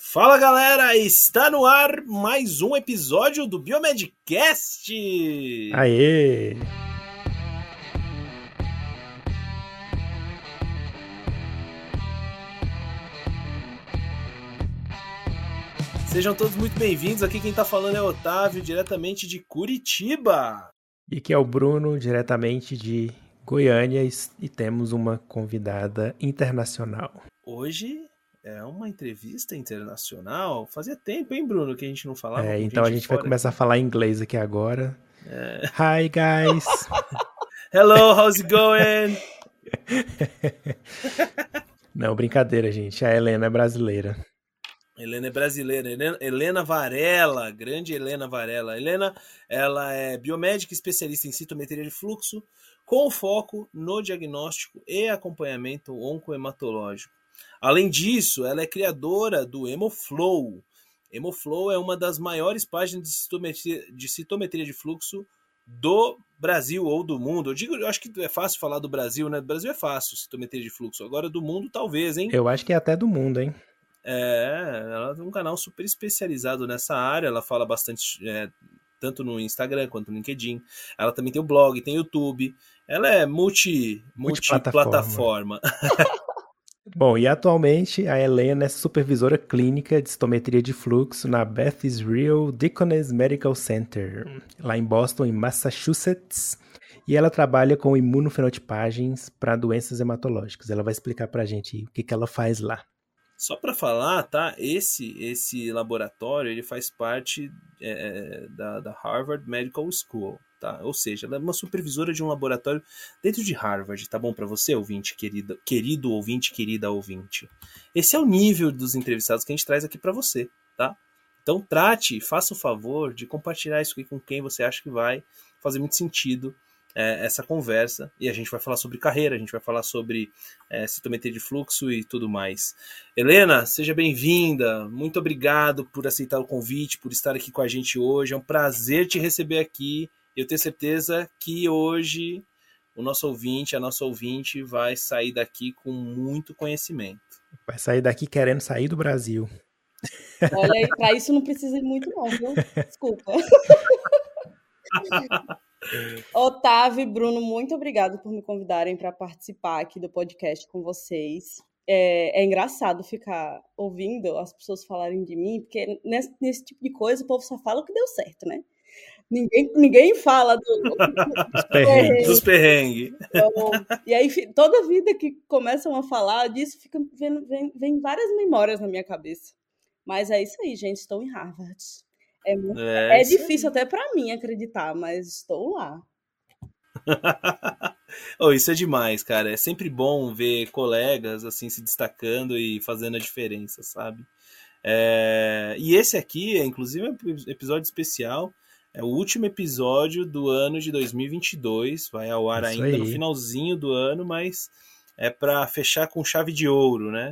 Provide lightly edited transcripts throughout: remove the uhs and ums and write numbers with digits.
Fala galera, está no ar mais um episódio do Biomedcast! Aê! Sejam todos muito bem-vindos, aqui quem está falando é o Otávio, diretamente de Curitiba. E aqui é o Bruno, diretamente de Goiânia, e temos uma convidada internacional. Hoje é uma entrevista internacional. Fazia tempo, hein, Bruno, que a gente não falava com Então a gente vai começar a falar inglês aqui agora. Hi, guys! Hello, how's it going? Não, brincadeira, gente. A Helena é brasileira. Helena é brasileira. Helena Varela, grande Helena Varela. Helena, ela é biomédica especialista em citometria de fluxo, com foco no diagnóstico e acompanhamento oncohematológico. Além disso, ela é criadora do Hemoflow. Hemoflow é uma das maiores páginas de citometria de fluxo do Brasil ou do mundo. Eu acho que é fácil falar do Brasil, né? Do Brasil é fácil, citometria de fluxo. Agora do mundo, talvez, hein? Eu acho que é até do mundo, hein? Ela tem um canal super especializado nessa área. Ela fala bastante, tanto no Instagram quanto no LinkedIn. Ela também tem o blog, tem o YouTube. Ela é multiplataforma. Bom, e atualmente a Helena é supervisora clínica de citometria de fluxo na Beth Israel Deaconess Medical Center, lá em Boston, em Massachusetts. E ela trabalha com imunofenotipagens para doenças hematológicas. Ela vai explicar para a gente o que ela faz lá. Só para falar, tá? Esse laboratório ele faz parte da Harvard Medical School, tá? Ou seja, ela é uma supervisora de um laboratório dentro de Harvard, tá bom para você, ouvinte, querido ouvinte, querida ouvinte? Esse é o nível dos entrevistados que a gente traz aqui para você, tá? Então faça o favor de compartilhar isso aqui com quem você acha que vai fazer muito sentido essa conversa, e a gente vai falar sobre carreira, a gente vai falar sobre citometria de fluxo e tudo mais. Helena, seja bem-vinda, muito obrigado por aceitar o convite, por estar aqui com a gente hoje, é um prazer te receber aqui. Eu tenho certeza que hoje o nosso ouvinte, a nossa ouvinte vai sair daqui com muito conhecimento. Vai sair daqui querendo sair do Brasil. Olha aí, pra isso não precisa ir muito não, viu? Desculpa. Otávio e Bruno, muito obrigado por me convidarem para participar aqui do podcast com vocês. É engraçado ficar ouvindo as pessoas falarem de mim, porque nesse tipo de coisa o povo só fala o que deu certo, né? Ninguém fala dos perrengues. Então, e aí, toda vida que começam a falar disso, vem várias memórias na minha cabeça. Mas é isso aí, gente, estou em Harvard. É difícil até para mim acreditar, mas estou lá. Isso é demais, cara. É sempre bom ver colegas assim se destacando e fazendo a diferença, sabe? E esse aqui é inclusive um episódio especial. É o último episódio do ano de 2022. Vai ao ar ainda no finalzinho do ano, mas é para fechar com chave de ouro, né?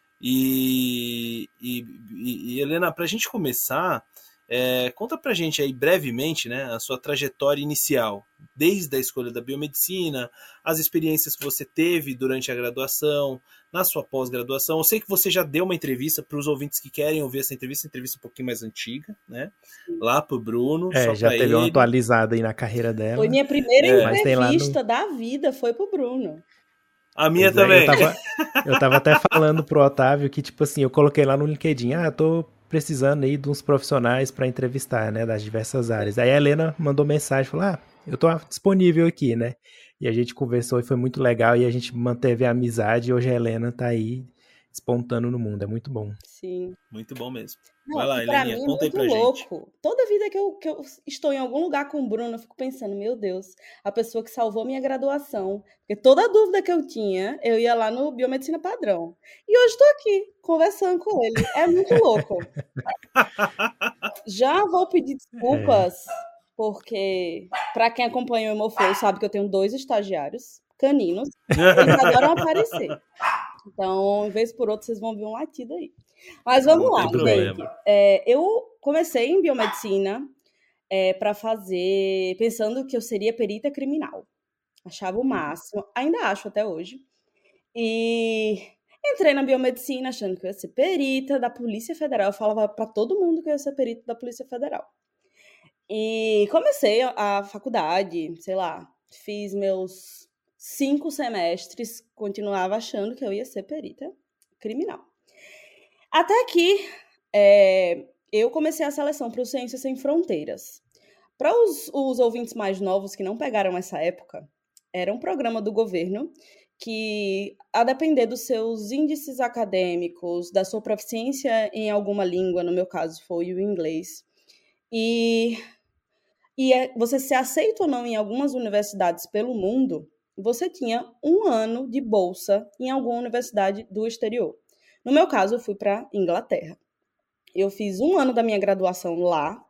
E Helena, para a gente começar, conta pra gente aí brevemente, né, a sua trajetória inicial, desde a escolha da biomedicina, as experiências que você teve durante a graduação, na sua pós-graduação. Eu sei que você já deu uma entrevista para os ouvintes que querem ouvir essa entrevista um pouquinho mais antiga, né? Lá pro Bruno. Já teve uma atualizada aí na carreira dela. Foi minha primeira entrevista da vida, foi pro Bruno. A minha também. Eu tava até falando pro Otávio que, tipo assim, eu coloquei lá no LinkedIn, eu tô precisando aí de uns profissionais para entrevistar, né, das diversas áreas. Aí a Helena mandou mensagem, falou, eu tô disponível aqui, né? E a gente conversou e foi muito legal, e a gente manteve a amizade, e hoje a Helena tá aí despontando no mundo, é muito bom. Sim. Muito bom mesmo. Não, vai lá, Heleninha, conta aí pra louco. Gente. Toda vida que eu estou em algum lugar com o Bruno, eu fico pensando, meu Deus, a pessoa que salvou minha graduação. Porque toda dúvida que eu tinha, eu ia lá no Biomedicina Padrão. E hoje estou aqui, conversando com ele. É muito louco. Já vou pedir desculpas, porque para quem acompanha o Hemoflow sabe que eu tenho 2 estagiários caninos. Eles adoram aparecer. Então, de vez por outra, vocês vão ver um latido aí. Mas vamos lá, gente. Eu comecei em biomedicina para fazer, pensando que eu seria perita criminal. Achava o máximo, ainda acho até hoje. E Entrei na biomedicina achando que eu ia ser perita da Polícia Federal. Eu falava para todo mundo que eu ia ser perita da Polícia Federal. E comecei a faculdade, sei lá, fiz meus 5 semestres, continuava achando que eu ia ser perita criminal. Até que eu comecei a seleção para o Ciências Sem Fronteiras. Para os ouvintes mais novos que não pegaram essa época, era um programa do governo que, a depender dos seus índices acadêmicos, da sua proficiência em alguma língua, no meu caso foi o inglês, e você ser aceito ou não em algumas universidades pelo mundo, você tinha 1 ano de bolsa em alguma universidade do exterior. No meu caso, eu fui para Inglaterra. Eu fiz 1 ano da minha graduação lá,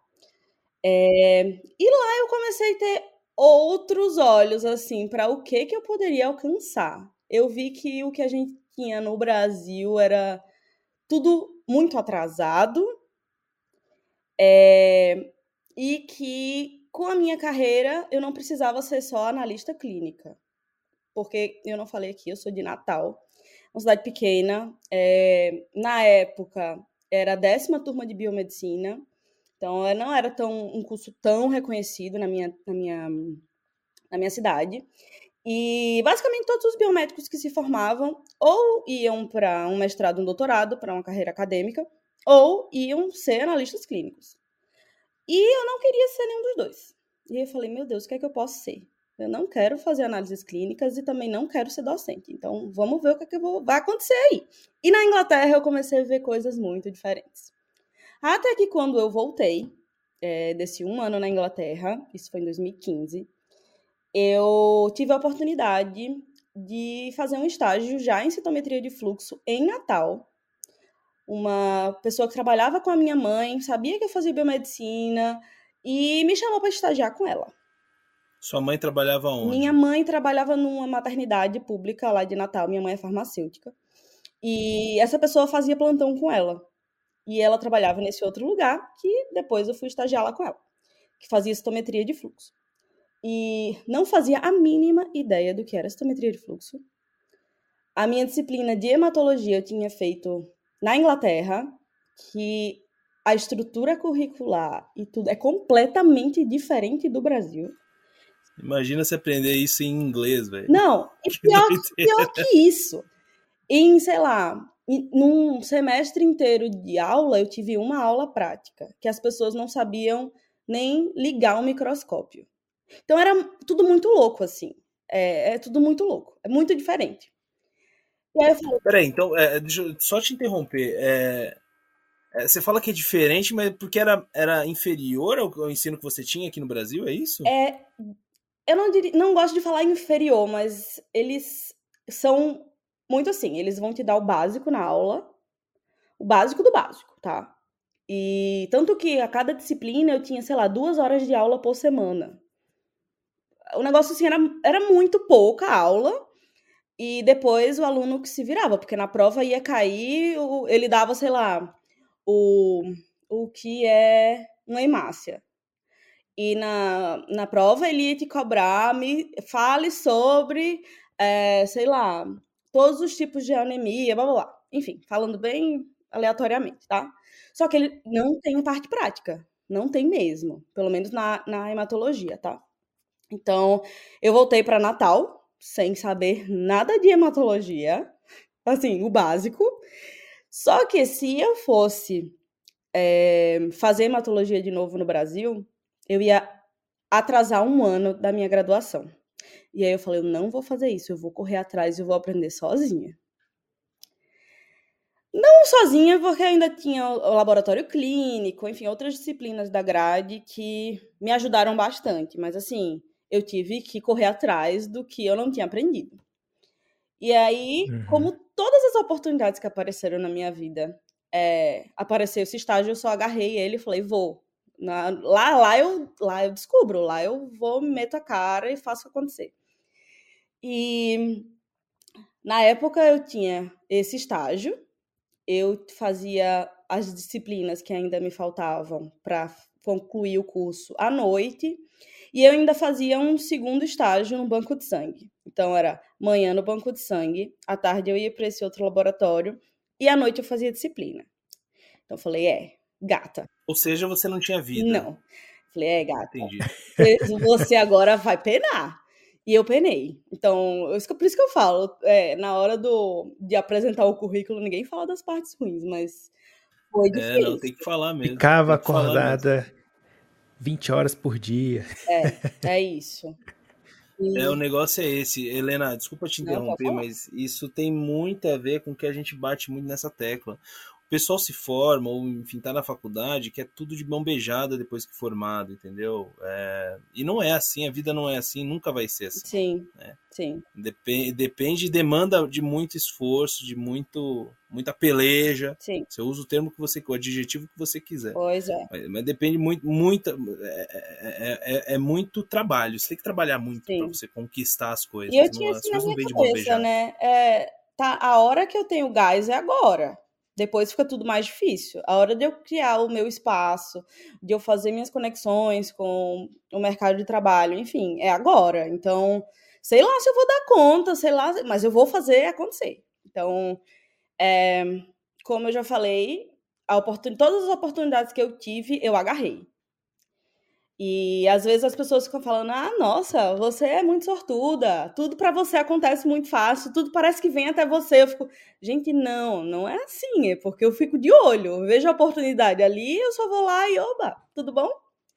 e lá eu comecei a ter outros olhos, assim, para o que eu poderia alcançar. Eu vi que o que a gente tinha no Brasil era tudo muito atrasado, e que com a minha carreira eu não precisava ser só analista clínica. Porque eu não falei aqui, eu sou de Natal, uma cidade pequena. Na época, era a 10ª turma de biomedicina, então não era um curso tão reconhecido na minha cidade. E basicamente todos os biomédicos que se formavam ou iam para um mestrado, um doutorado, para uma carreira acadêmica, ou iam ser analistas clínicos. E eu não queria ser nenhum dos dois. E eu falei, meu Deus, o que é que eu posso ser? Eu não quero fazer análises clínicas e também não quero ser docente. Então, vamos ver o que vai acontecer aí. E na Inglaterra, eu comecei a ver coisas muito diferentes. Até que quando eu voltei, desse 1 ano na Inglaterra, isso foi em 2015, eu tive a oportunidade de fazer um estágio já em citometria de fluxo em Natal. Uma pessoa que trabalhava com a minha mãe, sabia que eu fazia biomedicina e me chamou para estagiar com ela. Sua mãe trabalhava onde? Minha mãe trabalhava numa maternidade pública lá de Natal. Minha mãe é farmacêutica. E essa pessoa fazia plantão com ela. E ela trabalhava nesse outro lugar, que depois eu fui estagiar lá com ela, que fazia citometria de fluxo. E não fazia a mínima ideia do que era citometria de fluxo. A minha disciplina de hematologia eu tinha feito na Inglaterra, que a estrutura curricular e tudo é completamente diferente do Brasil. Imagina você aprender isso em inglês, velho. Não, e pior que isso. Em, sei lá, num semestre inteiro de aula, eu tive uma aula prática, que as pessoas não sabiam nem ligar um microscópio. Então era tudo muito louco, assim. É tudo muito louco. É muito diferente. E aí eu falei, peraí, então, deixa eu só te interromper. Você fala que é diferente, mas porque era inferior ao ensino que você tinha aqui no Brasil, é isso? Eu não gosto de falar inferior, mas eles são muito assim. Eles vão te dar o básico na aula, o básico do básico, tá? E tanto que a cada disciplina eu tinha, sei lá, 2 horas de aula por semana. O negócio, assim, era muito pouca aula. E depois o aluno que se virava, porque na prova ia cair, ele dava, sei lá, o que é uma hemácia. E na prova ele ia te cobrar, fale sobre, sei lá, todos os tipos de anemia, blá, blá, blá. Enfim, falando bem aleatoriamente, tá? Só que ele não tem a parte prática. Não tem mesmo. Pelo menos na hematologia, tá? Então, eu voltei para Natal, sem saber nada de hematologia. Assim, o básico. Só que se eu fosse fazer hematologia de novo no Brasil, eu ia atrasar 1 ano da minha graduação. E aí eu falei, eu não vou fazer isso, eu vou correr atrás e eu vou aprender sozinha. Não sozinha, porque eu ainda tinha o laboratório clínico, enfim, outras disciplinas da grade que me ajudaram bastante. Mas, assim, eu tive que correr atrás do que eu não tinha aprendido. E aí, como todas as oportunidades que apareceram na minha vida, apareceu esse estágio, eu só agarrei ele e falei, vou. Lá eu descubro, lá eu vou, meto a cara e faço acontecer. E na época eu tinha esse estágio, eu fazia as disciplinas que ainda me faltavam para concluir o curso à noite, e eu ainda fazia um segundo estágio no banco de sangue. Então, era manhã no banco de sangue, à tarde eu ia para esse outro laboratório e à noite eu fazia disciplina. Então eu falei, gata. Ou seja, você não tinha vida. Não. Falei, gata. Entendi. Você agora vai penar. E eu penei. Então, por isso que eu falo, na hora de apresentar o currículo, ninguém fala das partes ruins, mas foi difícil. Não, tem que falar mesmo. Ficava acordada 20 horas por dia. É isso. O negócio é esse. Helena, desculpa te interromper, mas isso tem muito a ver com o que a gente bate muito nessa tecla. O pessoal se forma, ou enfim, tá na faculdade, que é tudo de mão beijada depois que formado, entendeu? E não é assim, a vida não é assim, nunca vai ser assim. Sim, né? Sim. Depende e demanda de muito esforço, de muita peleja. Sim. Você usa o adjetivo que você quiser. Pois é. Mas depende muito, é muito trabalho. Você tem que trabalhar muito para você conquistar as coisas. E eu tinha assim na minha cabeça, né? A hora que eu tenho gás é agora. Depois fica tudo mais difícil. A hora de eu criar o meu espaço, de eu fazer minhas conexões com o mercado de trabalho, enfim, é agora. Então, sei lá se eu vou dar conta, sei lá, mas eu vou fazer acontecer. Então, como eu já falei, todas as oportunidades que eu tive, eu agarrei. E às vezes as pessoas ficam falando, nossa, você é muito sortuda, tudo pra você acontece muito fácil, tudo parece que vem até você. Eu fico, gente, não é assim, é porque eu fico de olho, eu vejo a oportunidade ali, eu só vou lá e, oba, tudo bom?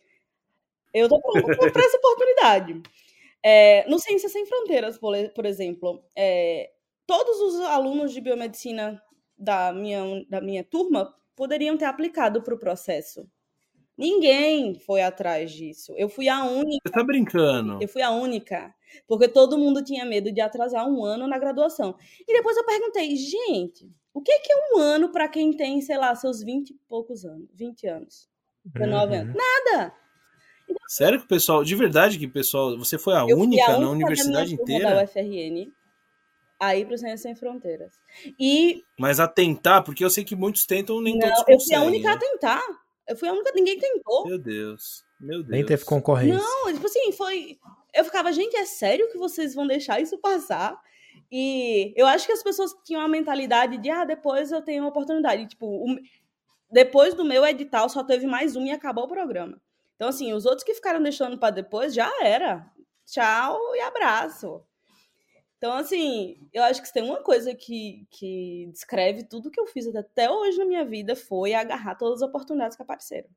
Eu tô pronta pra essa oportunidade. No Ciências Sem Fronteiras, por exemplo, todos os alunos de biomedicina da minha turma poderiam ter aplicado para o processo. Ninguém foi atrás disso. Eu fui a única. Você tá brincando? Eu fui a única. Porque todo mundo tinha medo de atrasar um ano na graduação. E depois eu perguntei, gente, o que é um ano para quem tem, sei lá, seus 20 e poucos anos? 20 anos. 19 anos. Nada! Sério que o pessoal, de verdade que o pessoal, você foi a única na universidade inteira? Da UFRN, aí para o Ciências Sem Fronteiras. Mas a tentar, porque eu sei que muitos tentam, nem todos conseguem. Eu fui a única a tentar. Eu fui a única, ninguém tentou. Meu Deus. Nem teve concorrência. Não, tipo assim, eu ficava, gente, é sério que vocês vão deixar isso passar? E eu acho que as pessoas tinham a mentalidade de, depois eu tenho uma oportunidade. Tipo, depois do meu edital só teve mais um e acabou o programa. Então, assim, os outros que ficaram deixando para depois, já era. Tchau e abraço. Então, assim, eu acho que se tem uma coisa que descreve tudo que eu fiz até hoje na minha vida foi agarrar todas as oportunidades que apareceram.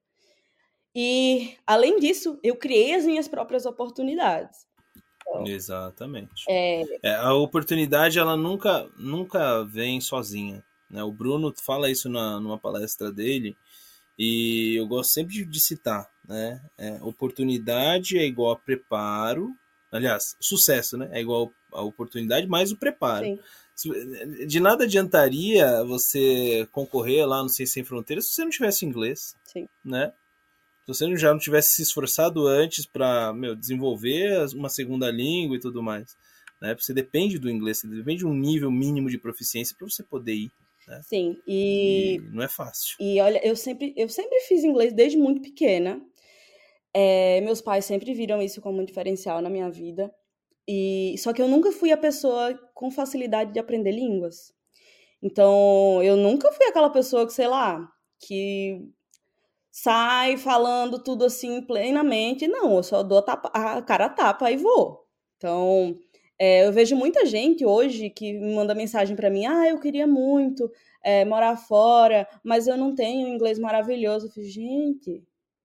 E, além disso, eu criei as minhas próprias oportunidades. Então, exatamente. A oportunidade, ela nunca vem sozinha. Né? O Bruno fala isso numa palestra dele, e eu gosto sempre de citar. Né? Oportunidade é igual a preparo. Aliás, sucesso, né? É igual a oportunidade mais o preparo. Sim. De nada adiantaria você concorrer lá no Ciências Sem Fronteiras se você não tivesse inglês. Sim. Né? Se você já não tivesse se esforçado antes para desenvolver uma segunda língua e tudo mais. Né? Você depende do inglês, você depende de um nível mínimo de proficiência para você poder ir. Né? Sim. E não é fácil. E olha, eu sempre fiz inglês desde muito pequena. Meus pais sempre viram isso como um diferencial na minha vida. Só que eu nunca fui a pessoa com facilidade de aprender línguas. Então, eu nunca fui aquela pessoa que, sei lá, que sai falando tudo assim plenamente. Não, eu só dou a cara a tapa e vou. Então, eu vejo muita gente hoje que me manda mensagem para mim, eu queria muito morar fora, mas eu não tenho inglês maravilhoso. Eu falei, gente,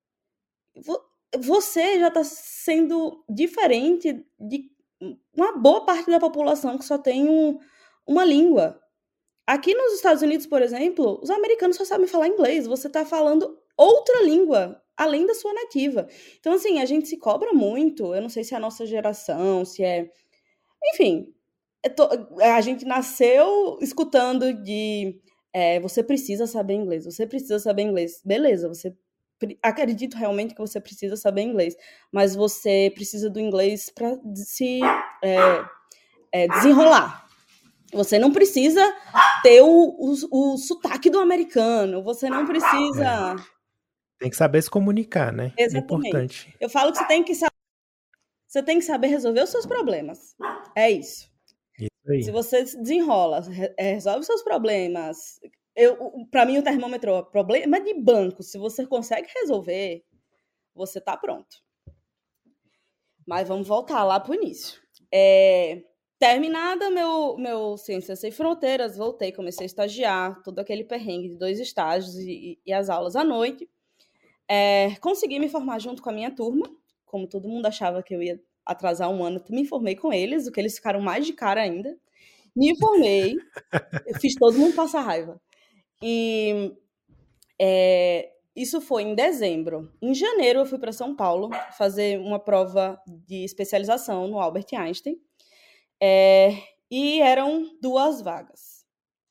você já está sendo diferente de uma boa parte da população que só tem uma língua. Aqui nos Estados Unidos, por exemplo, os americanos só sabem falar inglês. Você está falando outra língua, além da sua nativa. Então, assim, a gente se cobra muito. Eu não sei se é a nossa geração, se é... Enfim, a gente nasceu escutando de... você precisa saber inglês, você precisa saber inglês. Beleza, acredito realmente que você precisa saber inglês, mas você precisa do inglês para se desenrolar. Você não precisa ter o sotaque do americano, você não precisa... Tem que saber se comunicar, né? Exatamente. É importante. Eu falo que você tem que saber resolver os seus problemas. É isso. Se você desenrola, resolve seus problemas. Para mim, o termômetro é problema de banco. Se você consegue resolver, você tá pronto. Mas vamos voltar lá pro início. Terminada meu Ciências Sem Fronteiras, voltei, comecei a estagiar, todo aquele perrengue de 2 estágios e as aulas à noite. Consegui me formar junto com a minha turma, como todo mundo achava que eu ia atrasar um ano, me formei com eles, o que eles ficaram mais de cara ainda. Me formei, eu fiz todo mundo passar raiva. E isso foi em dezembro. Em janeiro eu fui para São Paulo fazer uma prova de especialização no Albert Einstein. E eram 2 vagas.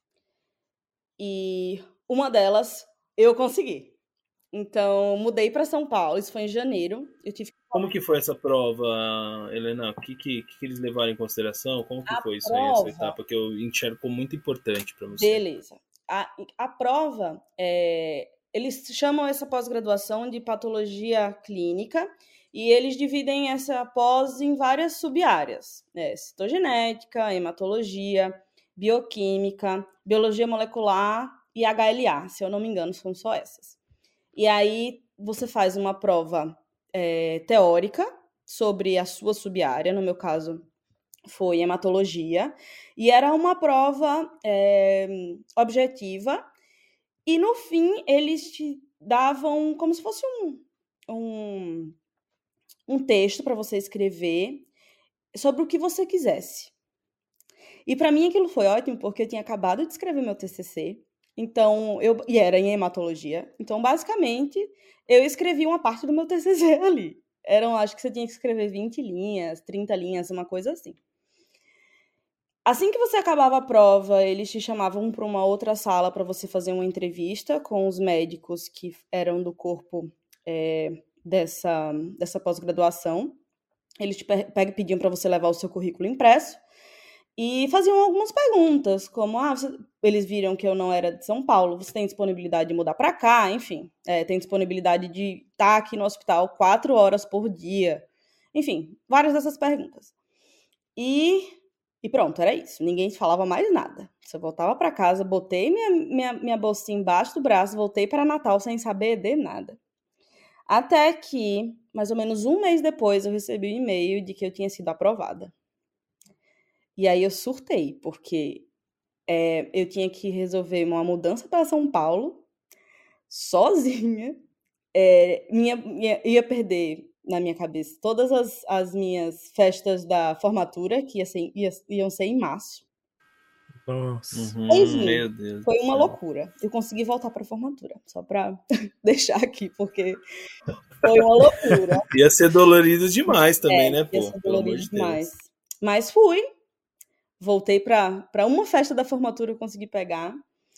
E uma delas eu consegui. Então, mudei para São Paulo. Isso foi em janeiro. Como que foi essa prova, Helena? O que eles levaram em consideração? Como que foi isso aí, essa etapa que eu enxergo como muito importante para você? Beleza. A prova, eles chamam essa pós-graduação de patologia clínica e eles dividem essa pós em várias sub-áreas. Citogenética, hematologia, bioquímica, biologia molecular e HLA, se eu não me engano, são só essas. E aí você faz uma prova teórica sobre a sua sub-área, no meu caso foi hematologia, e era uma prova objetiva, e no fim eles te davam como se fosse um texto para você escrever sobre o que você quisesse. E para mim aquilo foi ótimo, porque eu tinha acabado de escrever meu TCC, então e era em hematologia. Então, basicamente, eu escrevi uma parte do meu TCC ali. Acho que você tinha que escrever 20 linhas, 30 linhas, uma coisa assim. Assim que você acabava a prova, eles te chamavam para uma outra sala para você fazer uma entrevista com os médicos que eram do corpo dessa pós-graduação. Eles te pediam para você levar o seu currículo impresso e faziam algumas perguntas, como, eles viram que eu não era de São Paulo, você tem disponibilidade de mudar para cá? Enfim, tem disponibilidade de estar aqui no hospital 4 horas por dia? Enfim, várias dessas perguntas. E pronto, era isso. Ninguém falava mais nada. Eu voltava para casa, botei minha bolsinha embaixo do braço, voltei para Natal sem saber de nada. Até que, mais ou menos um mês depois, eu recebi um e-mail de que eu tinha sido aprovada. E aí eu surtei, porque eu tinha que resolver uma mudança para São Paulo, sozinha. Ia perder, na minha cabeça, todas as minhas festas da formatura, que iam ser em março. Nossa. Meu Deus. Foi uma loucura. Eu consegui voltar para a formatura, só para deixar aqui, porque foi uma loucura. Ia ser dolorido demais também, né, pô? Ia ser dolorido demais. Mas fui. Voltei para uma festa da formatura, eu consegui pegar.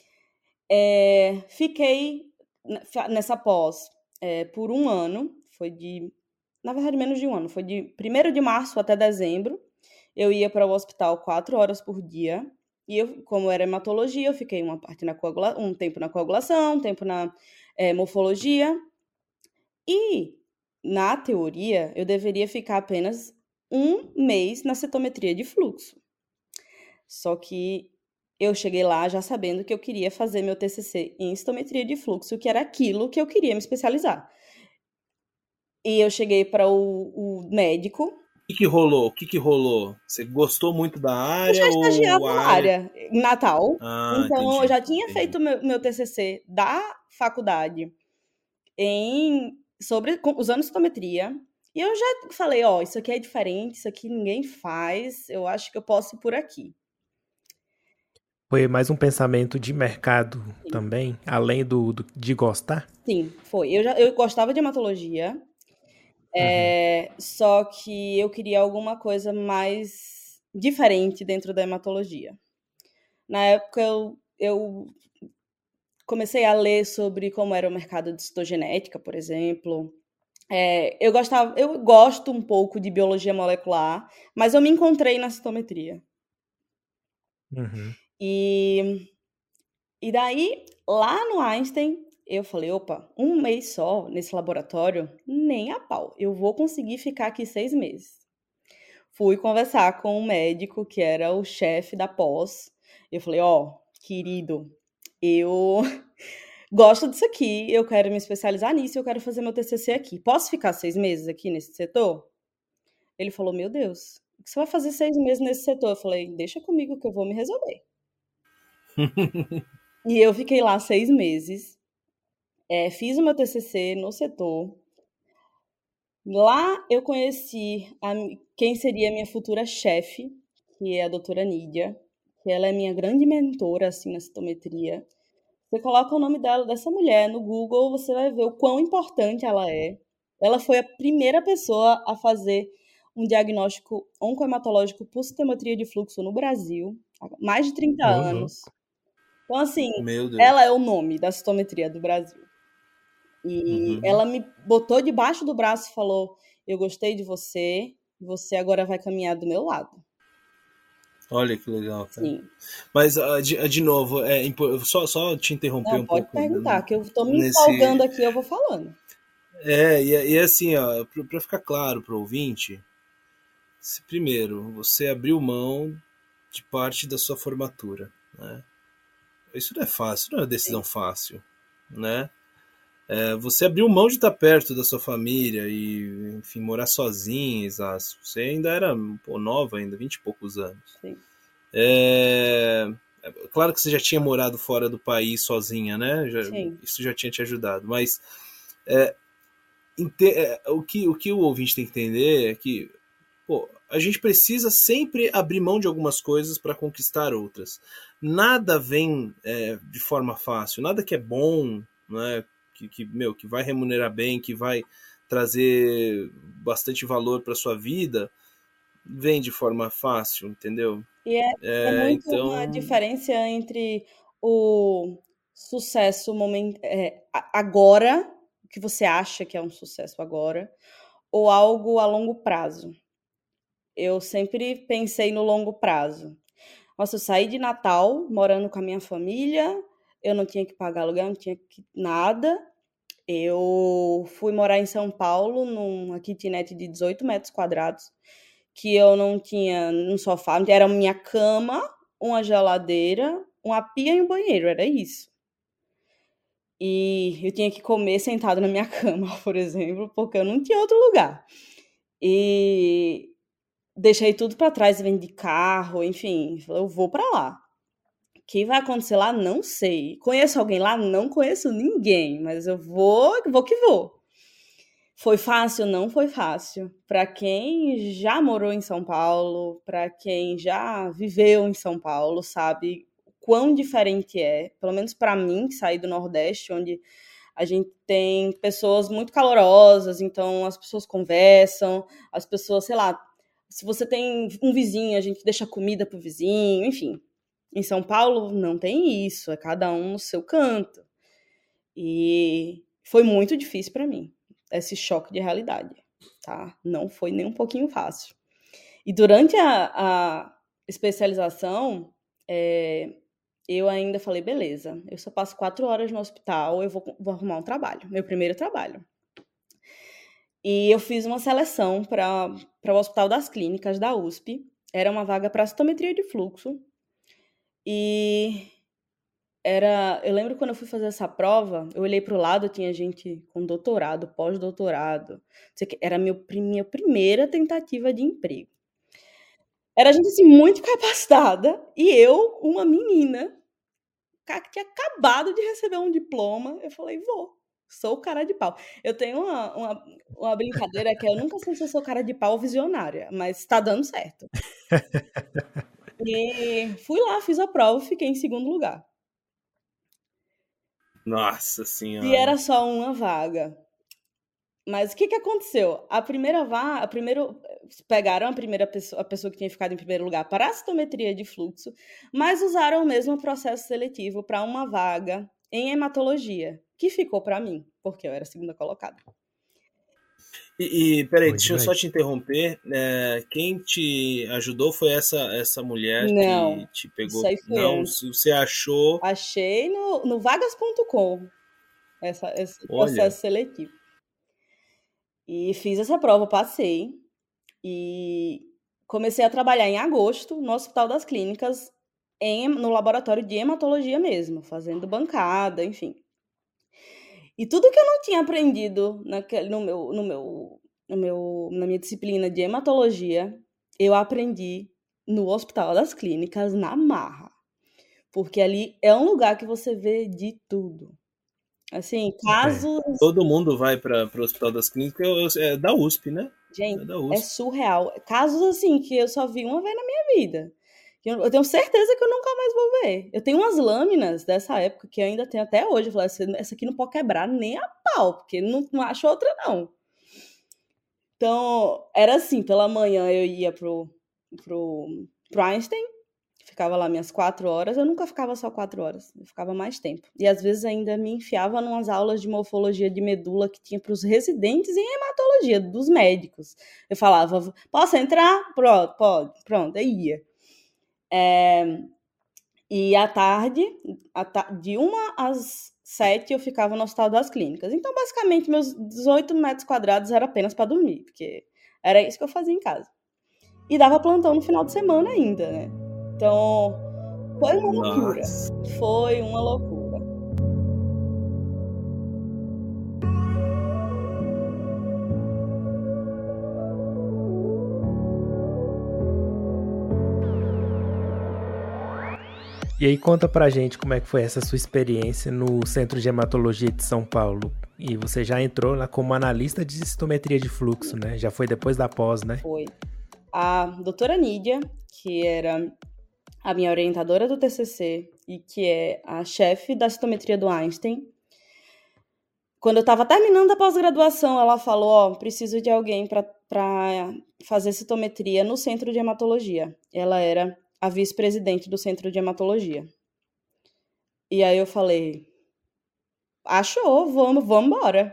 Fiquei nessa pós por um ano. Na verdade, menos de um ano. Foi de 1º de março até dezembro. Eu ia para o hospital 4 horas por dia. E eu, como era hematologia, eu fiquei um tempo na coagulação, um tempo na morfologia. E, na teoria, eu deveria ficar apenas um mês na citometria de fluxo. Só que eu cheguei lá já sabendo que eu queria fazer meu TCC em citometria de fluxo, que era aquilo que eu queria me especializar. E eu cheguei para o médico. O que rolou? Você gostou muito da área? Eu já estagiava na área, em Natal. Então, entendi, eu já tinha feito meu TCC da faculdade usando citometria. E eu já falei, isso aqui é diferente, isso aqui ninguém faz, eu acho que eu posso ir por aqui. Foi mais um pensamento de mercado também, além de gostar? Sim, foi. Eu gostava de hematologia, só que eu queria alguma coisa mais diferente dentro da hematologia. Na época, eu comecei a ler sobre como era o mercado de citogenética, por exemplo. Eu gosto um pouco de biologia molecular, mas eu me encontrei na citometria. E daí, lá no Einstein, eu falei, opa, um mês só nesse laboratório, nem a pau. Eu vou conseguir ficar aqui 6 meses. fui conversar com um médico que era o chefe da pós. Eu falei, querido, eu gosto disso aqui, eu quero me especializar nisso, eu quero fazer meu TCC aqui. Posso ficar 6 meses aqui nesse setor? Ele falou, meu Deus, o que você vai fazer 6 meses nesse setor? Eu falei, deixa comigo que eu vou me resolver. E eu fiquei lá 6 meses, fiz o meu TCC no setor. Lá eu conheci quem seria a minha futura chefe, que é a doutora Nídia, que ela é minha grande mentora, assim, na citometria. Você coloca o nome dessa mulher no Google, você vai ver o quão importante ela é. Ela foi a primeira pessoa a fazer um diagnóstico oncohematológico por citometria de fluxo no Brasil, há mais de 30 anos. Então, assim, ela é o nome da citometria do Brasil. E ela me botou debaixo do braço e falou, eu gostei de você, você agora vai caminhar do meu lado. Olha que legal, cara. Sim. Mas, de novo, só te interromper um pouco. Pode perguntar, que eu tô me empolgando aqui, eu vou falando. E assim, para ficar claro para o ouvinte, primeiro, você abriu mão de parte da sua formatura, né? Isso não é fácil, não é uma decisão fácil, né? Você abriu mão de estar perto da sua família e, enfim, morar sozinha, você ainda era nova, ainda 20 e poucos anos. Sim. Claro que você já tinha morado fora do país sozinha, né? Sim. Isso já tinha te ajudado, mas o que o ouvinte tem que entender é que a gente precisa sempre abrir mão de algumas coisas para conquistar outras. Nada vem de forma fácil, nada que é bom, né? Que vai remunerar bem, que vai trazer bastante valor para sua vida, vem de forma fácil, entendeu? E é muito uma diferença entre o sucesso agora, que você acha que é um sucesso agora, ou algo a longo prazo. Eu sempre pensei no longo prazo. Nossa, eu saí de Natal, morando com a minha família, eu não tinha que pagar aluguel, não tinha nada. Eu fui morar em São Paulo, numa kitnet de 18 metros quadrados, que eu não tinha um sofá, era minha cama, uma geladeira, uma pia e um banheiro, era isso. E eu tinha que comer sentado na minha cama, por exemplo, porque eu não tinha outro lugar. E deixei tudo para trás, vendi carro, enfim, eu vou para lá. O que vai acontecer lá, não sei. Conheço alguém lá? Não conheço ninguém, mas eu vou que vou. Foi fácil? Não foi fácil. Para quem já morou em São Paulo, para quem já viveu em São Paulo, sabe o quão diferente é. Pelo menos para mim, que saí do Nordeste, onde a gente tem pessoas muito calorosas, então as pessoas conversam, as pessoas, sei lá, se você tem um vizinho, a gente deixa comida pro vizinho, enfim. Em São Paulo não tem isso, é cada um no seu canto. E foi muito difícil para mim, esse choque de realidade, tá? Não foi nem um pouquinho fácil. E durante a especialização, eu ainda falei, beleza, eu só passo 4 horas no hospital, eu vou arrumar um trabalho, meu primeiro trabalho. E eu fiz uma seleção para o Hospital das Clínicas da USP, era uma vaga para citometria de fluxo, e eu lembro quando eu fui fazer essa prova, eu olhei para o lado, tinha gente com doutorado, pós-doutorado, era minha primeira tentativa de emprego. Era gente assim, muito capacitada, e eu, uma menina, que tinha acabado de receber um diploma, eu falei, sou o cara de pau. Eu tenho uma brincadeira que eu nunca sei se eu sou cara de pau ou visionária, mas tá dando certo. E fui lá, fiz a prova e fiquei em segundo lugar. Nossa Senhora! E era só uma vaga. Mas o que aconteceu? Pegaram a pessoa que tinha ficado em primeiro lugar para a citometria de fluxo, mas usaram o mesmo processo seletivo para uma vaga em hematologia, que ficou para mim, porque eu era a segunda colocada. Peraí, deixa eu só te interromper. Quem te ajudou foi essa mulher que te pegou? Isso aí foi antes. Você achou? Achei no vagas.com esse processo seletivo. E fiz essa prova, passei. E Comecei a trabalhar em agosto no Hospital das Clínicas, no laboratório de hematologia mesmo, fazendo bancada, enfim. E tudo que eu não tinha aprendido na minha disciplina de hematologia, eu aprendi no Hospital das Clínicas, na marra. Porque ali é um lugar que você vê de tudo. Assim, casos... Todo mundo vai para o Hospital das Clínicas, é da USP, né? Gente, da USP. é surreal. Casos assim que eu só vi uma vez na minha vida. Eu tenho certeza que eu nunca mais vou ver. Eu tenho umas lâminas dessa época que eu ainda tenho até hoje. Eu falei, essa aqui não pode quebrar nem a pau, porque não acho outra, não. Então, era assim, pela manhã eu ia pro Einstein, ficava lá minhas 4 horas. Eu nunca ficava só 4 horas, eu ficava mais tempo. E às vezes ainda me enfiava em umas aulas de morfologia de medula que tinha para os residentes em hematologia, dos médicos. Eu falava, posso entrar? Pronto, pode. Pronto, aí ia. E à tarde, de 1 às 7, eu ficava no Hospital das Clínicas. Então, basicamente, meus 18 metros quadrados era apenas para dormir, porque era isso que eu fazia em casa. E dava plantão no final de semana ainda, né? Então, foi uma loucura. Foi uma loucura. E aí conta pra gente como é que foi essa sua experiência no Centro de Hematologia de São Paulo. E você já entrou lá como analista de citometria de fluxo, né? Já foi depois da pós, né? Foi. A doutora Nídia, que era a minha orientadora do TCC e que é a chefe da citometria do Einstein, quando eu estava terminando a pós-graduação, ela falou, preciso de alguém para fazer citometria no Centro de Hematologia. Ela era a vice-presidente do Centro de Hematologia. E aí eu falei, achou, vamos embora.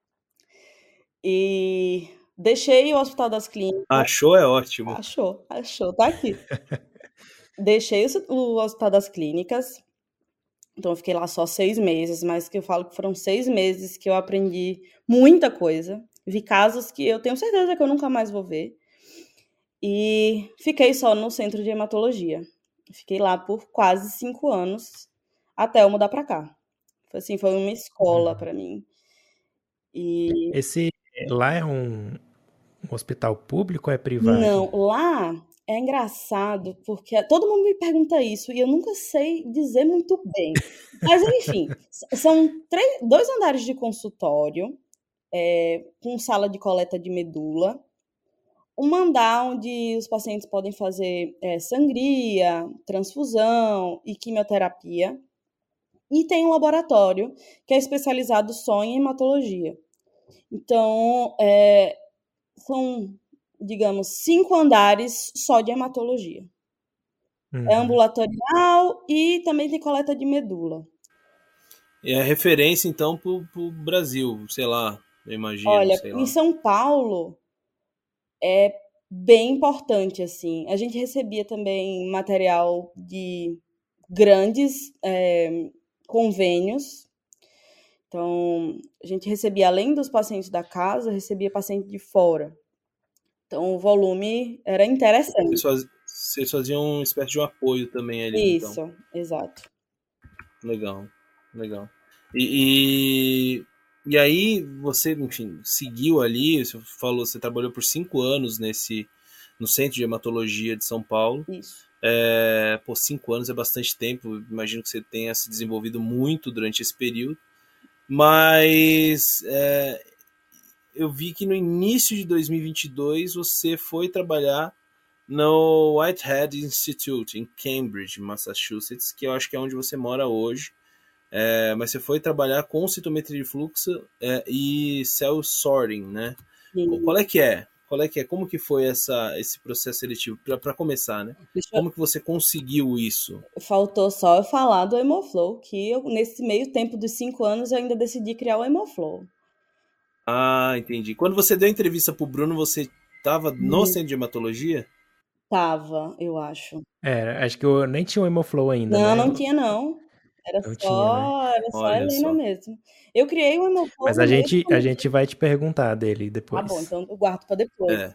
E deixei o Hospital das Clínicas. Achou é ótimo. Achou, tá aqui. Deixei o Hospital das Clínicas. Então eu fiquei lá só 6 meses, mas que eu falo que foram 6 meses que eu aprendi muita coisa. Vi casos que eu tenho certeza que eu nunca mais vou ver. E fiquei só no Centro de Hematologia. Fiquei lá por quase 5 anos, até eu mudar para cá. Assim, foi uma escola para mim. E... Esse lá é um hospital público ou é privado? Não, lá é engraçado, porque todo mundo me pergunta isso e eu nunca sei dizer muito bem. Mas, enfim, são 2 andares de consultório, com sala de coleta de medula, um andar onde os pacientes podem fazer sangria, transfusão e quimioterapia. E tem um laboratório que é especializado só em hematologia. Então, são, digamos, 5 andares só de hematologia. É ambulatorial e também tem coleta de medula. É a referência, então, pro Brasil, sei lá, eu imagino. Olha, em São Paulo é bem importante, assim. A gente recebia também material de grandes convênios. Então, a gente recebia, além dos pacientes da casa, recebia paciente de fora. Então, o volume era interessante. Vocês faziam uma espécie de um apoio também ali, Isso, então. Exato. Legal. E aí você, enfim, seguiu ali, você falou, você trabalhou por 5 anos no Centro de Hematologia de São Paulo. Isso. 5 anos é bastante tempo, imagino que você tenha se desenvolvido muito durante esse período, mas eu vi que no início de 2022 você foi trabalhar no Whitehead Institute, em Cambridge, Massachusetts, que eu acho que é onde você mora hoje. Mas você foi trabalhar com citometria de fluxo e cell sorting, né? Sim. Qual é que é? Como que foi esse processo seletivo? Para começar, né? Como que você conseguiu isso? Faltou só eu falar do Hemoflow, que nesse meio tempo dos 5 anos eu ainda decidi criar o Hemoflow. Ah, entendi. Quando você deu a entrevista pro Bruno, você estava no Centro de Hematologia? Tava, eu acho. Acho que eu nem tinha o Hemoflow ainda, não, né? Não tinha, não. Era não só, tinha, né? Era só a Helena mesmo. Eu criei o Hemoflow. Mas a gente vai te perguntar dele depois. Tá bom, então eu guardo para depois.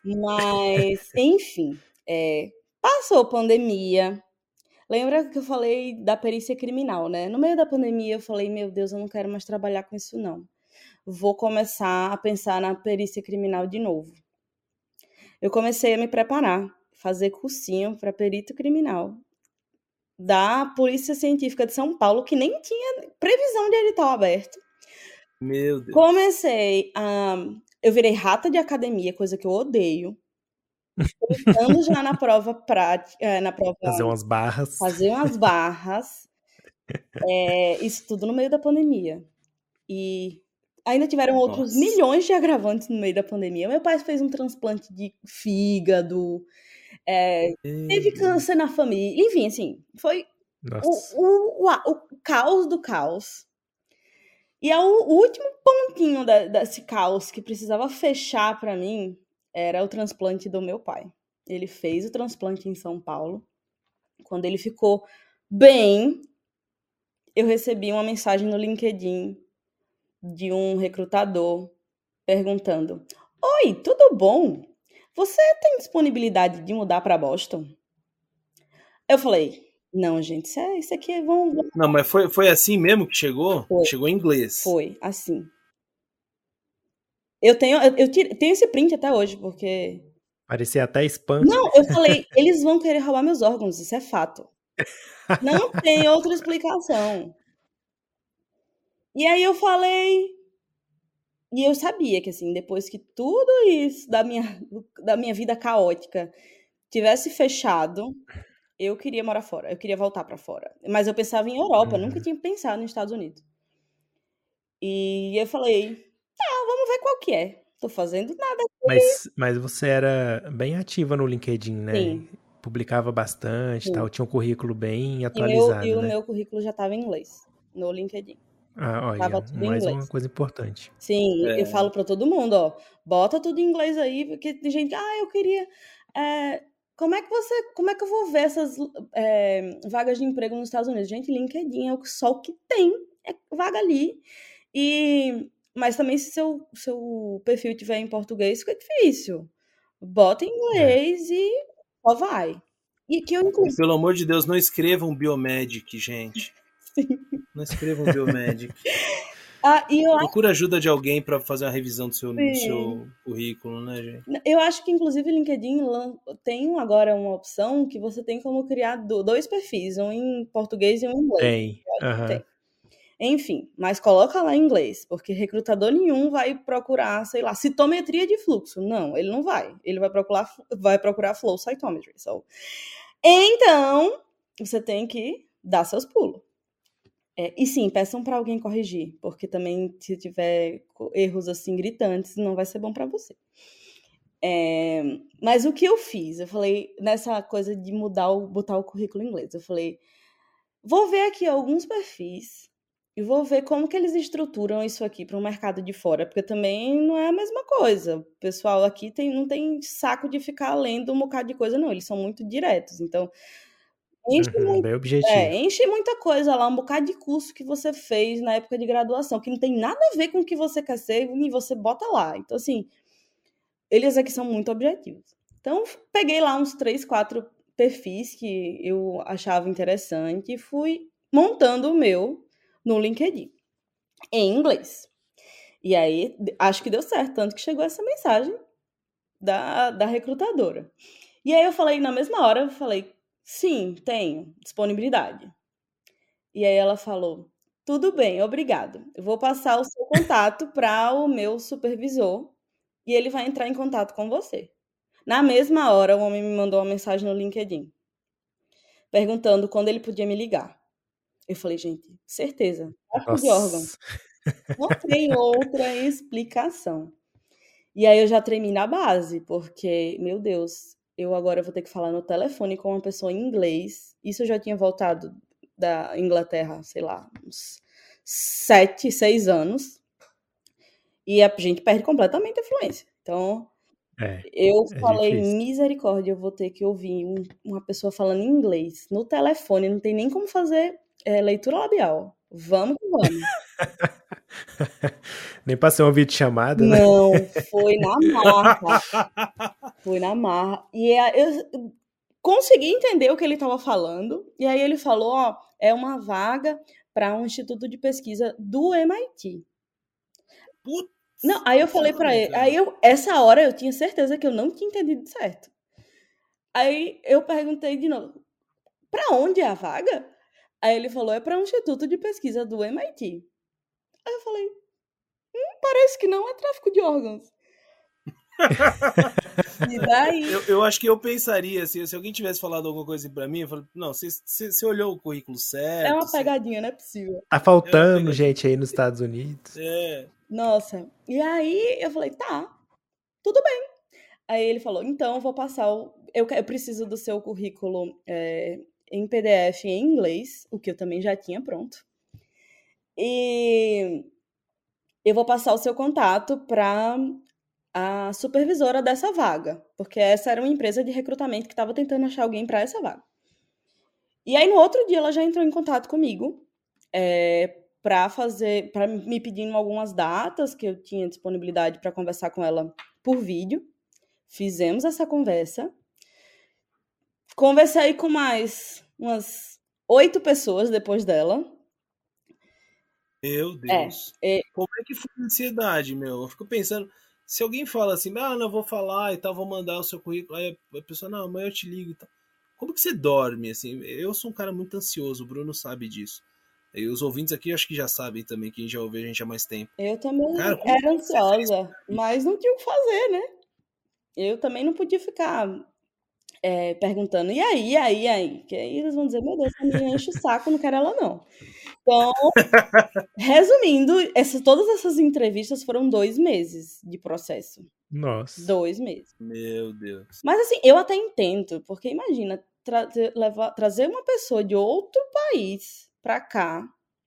Mas, enfim, passou a pandemia. Lembra que eu falei da perícia criminal, né? No meio da pandemia eu falei, meu Deus, eu não quero mais trabalhar com isso, não. Vou começar a pensar na perícia criminal de novo. Eu comecei a me preparar, fazer cursinho para perito criminal da Polícia Científica de São Paulo, que nem tinha previsão de edital aberto. Meu Deus. Comecei eu virei rata de academia, coisa que eu odeio. Pensando já na prova prática, na prova... Fazer umas barras. Fazer umas barras. Isso tudo no meio da pandemia. E ainda tiveram outros milhões de agravantes no meio da pandemia. Meu pai fez um transplante de fígado, teve câncer na família. Enfim, assim, foi o caos do caos. E o último pontinho desse caos que precisava fechar para mim era o transplante do meu pai. Ele fez o transplante em São Paulo. Quando ele ficou bem, eu recebi uma mensagem no LinkedIn de um recrutador perguntando: Oi, tudo bom? Você tem disponibilidade de mudar para Boston? Eu falei: Não, gente, isso aqui é... Não, mas foi assim mesmo que chegou? Foi. Chegou em inglês. Foi, assim. Eu tenho esse print até hoje, porque... Parecia até spam. Não, eu falei, eles vão querer roubar meus órgãos, isso é fato. Não tem outra explicação. E aí eu falei... E eu sabia que, assim, depois que tudo isso da minha vida caótica tivesse fechado, eu queria morar fora, eu queria voltar para fora. Mas eu pensava em Europa, nunca tinha pensado nos Estados Unidos. E eu falei, vamos ver qual que é. Tô fazendo nada aqui. Mas você era bem ativa no LinkedIn, né? Sim. Publicava bastante, Sim. tal, tinha um currículo bem atualizado, E o né? meu currículo já estava em inglês, no LinkedIn. Olha, Tava tudo em mais inglês. uma coisa importante. Sim, eu falo para todo mundo, bota tudo em inglês aí, porque tem gente, eu queria... Como é que eu vou ver essas vagas de emprego nos Estados Unidos? Gente, LinkedIn é só o que tem, é vaga ali. Mas também se seu perfil tiver em português, fica difícil. Bota em inglês e só vai. E que eu inclusive... Pelo amor de Deus, não escrevam Biomedic, gente. Sim. Não escrevam Biomedic. Procura ajuda de alguém para fazer uma revisão do seu currículo, né, gente? Eu acho que, inclusive, o LinkedIn tem agora uma opção que você tem como criar 2 perfis, um em português e um em inglês. Tem. Enfim, mas coloca lá em inglês, porque recrutador nenhum vai procurar, sei lá, citometria de fluxo. Não, ele não vai. Ele vai procurar flow cytometry. Então, você tem que dar seus pulos. E sim, peçam para alguém corrigir, porque também se tiver erros assim gritantes, não vai ser bom para você. Mas o que eu fiz? Eu falei, nessa coisa de botar o currículo em inglês, eu falei, vou ver aqui alguns perfis e vou ver como que eles estruturam isso aqui para o mercado de fora, porque também não é a mesma coisa. O pessoal aqui não tem saco de ficar lendo um bocado de coisa, não. Eles são muito diretos, então... Bem objetivo. Enche muita coisa lá, um bocado de curso que você fez na época de graduação, que não tem nada a ver com o que você quer ser, e você bota lá. Então, assim, eles aqui são muito objetivos. Então, peguei lá uns 3, 4 perfis que eu achava interessante e fui montando o meu no LinkedIn, em inglês. E aí, acho que deu certo, tanto que chegou essa mensagem da recrutadora. E aí eu falei, na mesma hora, eu falei, sim, tenho disponibilidade. E aí ela falou, tudo bem, obrigado. Eu vou passar o seu contato para o meu supervisor e ele vai entrar em contato com você. Na mesma hora, o homem me mandou uma mensagem no LinkedIn, perguntando quando ele podia me ligar. Eu falei, gente, certeza, tráfico de órgãos. Não tem outra explicação. E aí eu já tremi na base, porque, meu Deus, eu agora vou ter que falar no telefone com uma pessoa em inglês. Isso eu já tinha voltado da Inglaterra, sei lá, uns 7, 6 anos. E a gente perde completamente a fluência. Então, eu falei, difícil. Misericórdia, eu vou ter que ouvir uma pessoa falando em inglês no telefone. Não tem nem como fazer leitura labial. Vamos que vamos. Nem passou uma videochamada, né? Não, foi na marca. Fui na marra. E eu consegui entender o que ele estava falando. E aí ele falou, ó, é uma vaga para um instituto de pesquisa do MIT. Putz, não, aí eu falei para ele, essa hora eu tinha certeza que eu não tinha entendido certo. Aí eu perguntei de novo, para onde é a vaga? Aí ele falou, é para um instituto de pesquisa do MIT. Aí eu falei, parece que não é tráfico de órgãos. E daí... eu acho que eu pensaria, assim, se alguém tivesse falado alguma coisa assim pra mim, eu falei, não, você olhou o currículo certo. É uma pegadinha, não é possível. Tá faltando gente aí nos Estados Unidos. Nossa, e aí eu falei, tá, tudo bem. Aí ele falou, então eu vou passar eu preciso do seu currículo em PDF em inglês, o que eu também já tinha pronto. E eu vou passar o seu contato para a supervisora dessa vaga, porque essa era uma empresa de recrutamento que estava tentando achar alguém para essa vaga. E aí no outro dia ela já entrou em contato comigo para me pedindo algumas datas que eu tinha disponibilidade para conversar com ela por vídeo. Fizemos essa conversa. Conversei com mais umas 8 pessoas depois dela. Meu Deus. Como é que foi a ansiedade, meu? Eu fico pensando, se alguém fala assim, não, eu vou falar e tal, vou mandar o seu currículo, aí a pessoa, não, amanhã eu te ligo e tal. Como que você dorme, assim? Eu sou um cara muito ansioso, o Bruno sabe disso. E os ouvintes aqui acho que já sabem também, quem já ouviu a gente há mais tempo. Eu também era ansiosa, mas não tinha o que fazer, né? Eu também não podia ficar perguntando, e aí? Que aí eles vão dizer, meu Deus, essa menina enche o saco, não quero ela não. Então, resumindo, todas essas entrevistas foram 2 meses de processo. Nossa. 2 meses. Meu Deus. Mas assim, eu até entendo, porque imagina, trazer uma pessoa de outro país pra cá,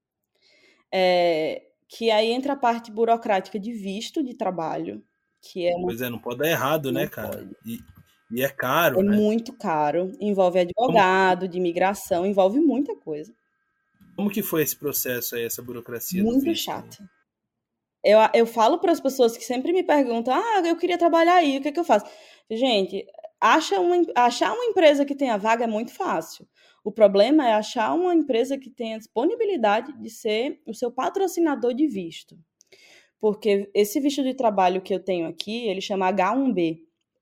que aí entra a parte burocrática de visto de trabalho, que é uma... Pois não pode dar errado, não né, cara? pode. E é caro, né? É muito caro, envolve advogado, de imigração, envolve muita coisa. Como que foi esse processo aí, essa burocracia do Muito visto? chato. Eu falo para as pessoas que sempre me perguntam, eu queria trabalhar aí, o que é que eu faço? Gente, achar uma empresa que tenha vaga é muito fácil. O problema é achar uma empresa que tenha disponibilidade de ser o seu patrocinador de visto. Porque esse visto de trabalho que eu tenho aqui, ele chama H1B.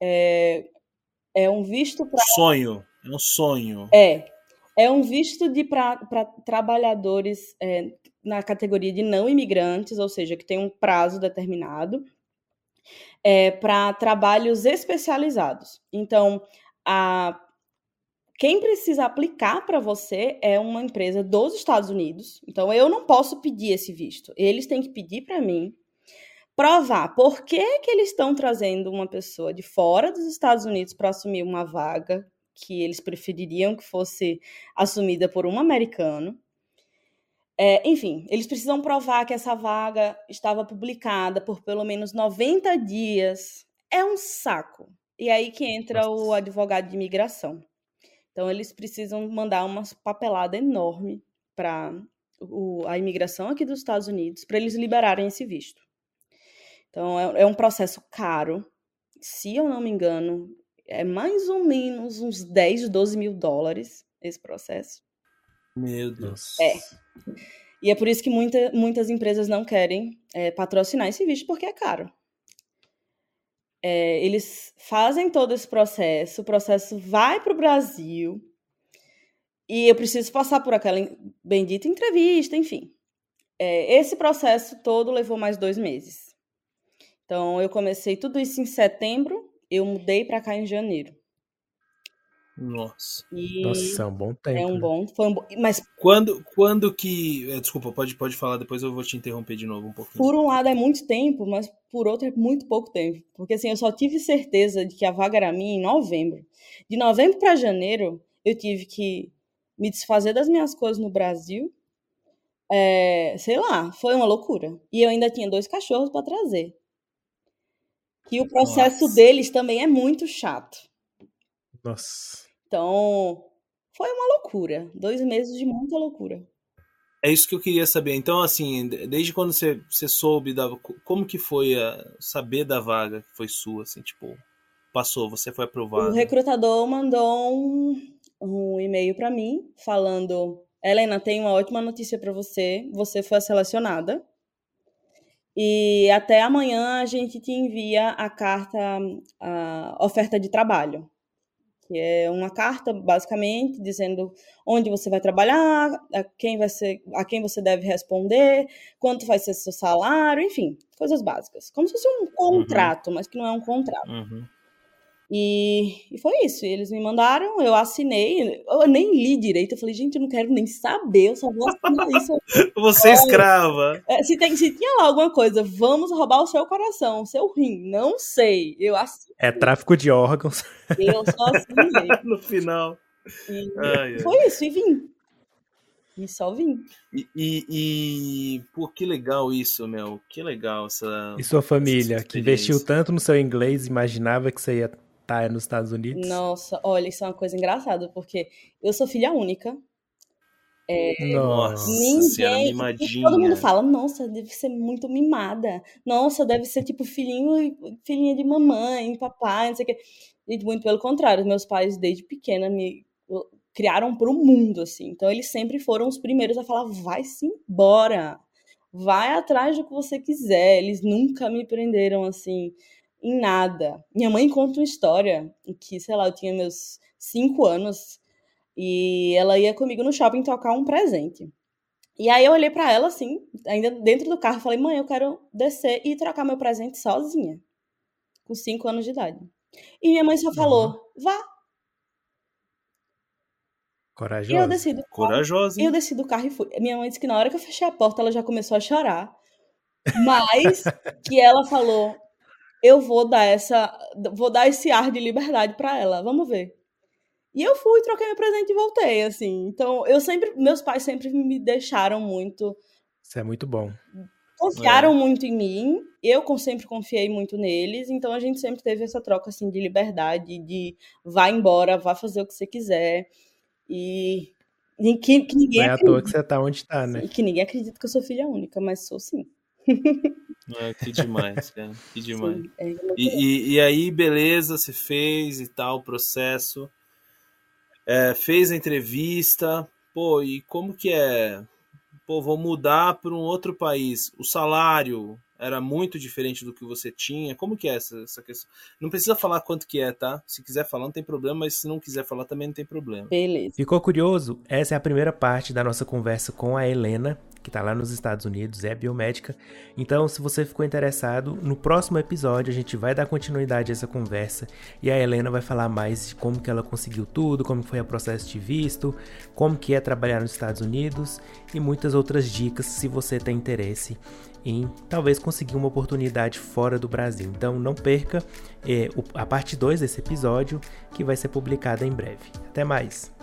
É um visto para... Sonho. É um sonho. É um visto para trabalhadores na categoria de não imigrantes, ou seja, que tem um prazo determinado, para trabalhos especializados. Então, quem precisa aplicar para você é uma empresa dos Estados Unidos. Então, eu não posso pedir esse visto. Eles têm que pedir para mim, provar por que eles estão trazendo uma pessoa de fora dos Estados Unidos para assumir uma vaga que eles prefeririam que fosse assumida por um americano. Enfim, eles precisam provar que essa vaga estava publicada por pelo menos 90 dias. É um saco. E aí que entra o advogado de imigração. Então, eles precisam mandar uma papelada enorme para a imigração aqui dos Estados Unidos para eles liberarem esse visto. Então, é um processo caro. Se eu não me engano, é mais ou menos uns 10, 12 mil dólares esse processo. Meu Deus. E é por isso que muitas empresas não querem patrocinar esse visto, porque é caro. Eles fazem todo esse processo, o processo vai para o Brasil, e eu preciso passar por aquela bendita entrevista, enfim. Esse processo todo levou mais 2 meses. Então, eu comecei tudo isso em setembro, eu mudei para cá em janeiro. Nossa. Nossa, é um bom tempo. Foi um bom, mas quando que... Desculpa, pode falar, depois eu vou te interromper de novo um pouquinho. Por um lado é muito tempo, mas por outro é muito pouco tempo. Porque assim, eu só tive certeza de que a vaga era minha em novembro. De novembro para janeiro, eu tive que me desfazer das minhas coisas no Brasil. Sei lá, foi uma loucura. E eu ainda tinha 2 cachorros para trazer. E o processo deles também é muito chato. Nossa. Então, foi uma loucura. 2 meses de muita loucura. É isso que eu queria saber. Então, assim, desde quando você soube como que foi saber da vaga que foi sua, assim, tipo... passou, você foi aprovado? O recrutador mandou um e-mail para mim falando: Helena, tem uma ótima notícia para você. Você foi selecionada. E até amanhã a gente te envia a carta, a oferta de trabalho. Que é uma carta, basicamente, dizendo onde você vai trabalhar, a quem você deve responder, quanto vai ser seu salário, enfim, coisas básicas. Como se fosse um contrato, mas que não é um contrato. E foi isso, eles me mandaram, eu assinei, eu nem li direito, eu falei, gente, eu não quero nem saber, eu só vou assinar isso. Você é escrava. Se tinha lá alguma coisa, vamos roubar o seu coração, o seu rim, não sei, eu assinei. É tráfico de órgãos. Eu só assinei. No final. Foi isso, e vim. E só vim. Pô, que legal isso, meu, que legal essa... E sua família, que investiu tanto no seu inglês, imaginava que você ia estar nos Estados Unidos? Nossa, olha, isso é uma coisa engraçada, porque eu sou filha única. Nossa senhora, mimadinha. Todo mundo fala, nossa, deve ser muito mimada. Nossa, deve ser tipo filhinha de mamãe, papai, não sei o quê. E muito pelo contrário, meus pais desde pequena me criaram pro mundo, assim. Então eles sempre foram os primeiros a falar, vai-se embora, vai atrás do que você quiser. Eles nunca me prenderam, assim, em nada. Minha mãe conta uma história em que, sei lá, eu tinha meus 5 anos e ela ia comigo no shopping trocar um presente. E aí eu olhei pra ela, assim, ainda dentro do carro, falei, mãe, eu quero descer e trocar meu presente sozinha, com 5 anos de idade. E minha mãe só falou, vá. Corajosa. E eu desci do carro. Corajosa, hein? Eu desci do carro e fui. Minha mãe disse que na hora que eu fechei a porta, ela já começou a chorar. Mas que ela falou, eu vou dar esse ar de liberdade pra ela, vamos ver. E eu fui, troquei meu presente e voltei, assim. Então, meus pais sempre me deixaram muito... Isso é muito bom. Confiaram muito em mim, eu sempre confiei muito neles, então a gente sempre teve essa troca, assim, de liberdade, de vá embora, vá fazer o que você quiser. E que ninguém não é à toa que você tá onde tá, né? E que ninguém acredita que eu sou filha única, mas sou sim. Que demais, cara. Que demais. Sim, e aí, beleza, você fez e tal, o processo. Fez a entrevista. Pô, e como que é? Pô, vou mudar para um outro país. O salário era muito diferente do que você tinha. Como que é essa questão? Não precisa falar quanto que é, tá? Se quiser falar, não tem problema, mas se não quiser falar, também não tem problema. Beleza. Ficou curioso? Essa é a primeira parte da nossa conversa com a Helena, que tá lá nos Estados Unidos, é biomédica. Então, se você ficou interessado, no próximo episódio a gente vai dar continuidade a essa conversa e a Helena vai falar mais de como que ela conseguiu tudo, como foi o processo de visto, como que é trabalhar nos Estados Unidos e muitas outras dicas se você tem interesse em talvez conseguir uma oportunidade fora do Brasil. Então não perca a parte 2 desse episódio, que vai ser publicada em breve. Até mais!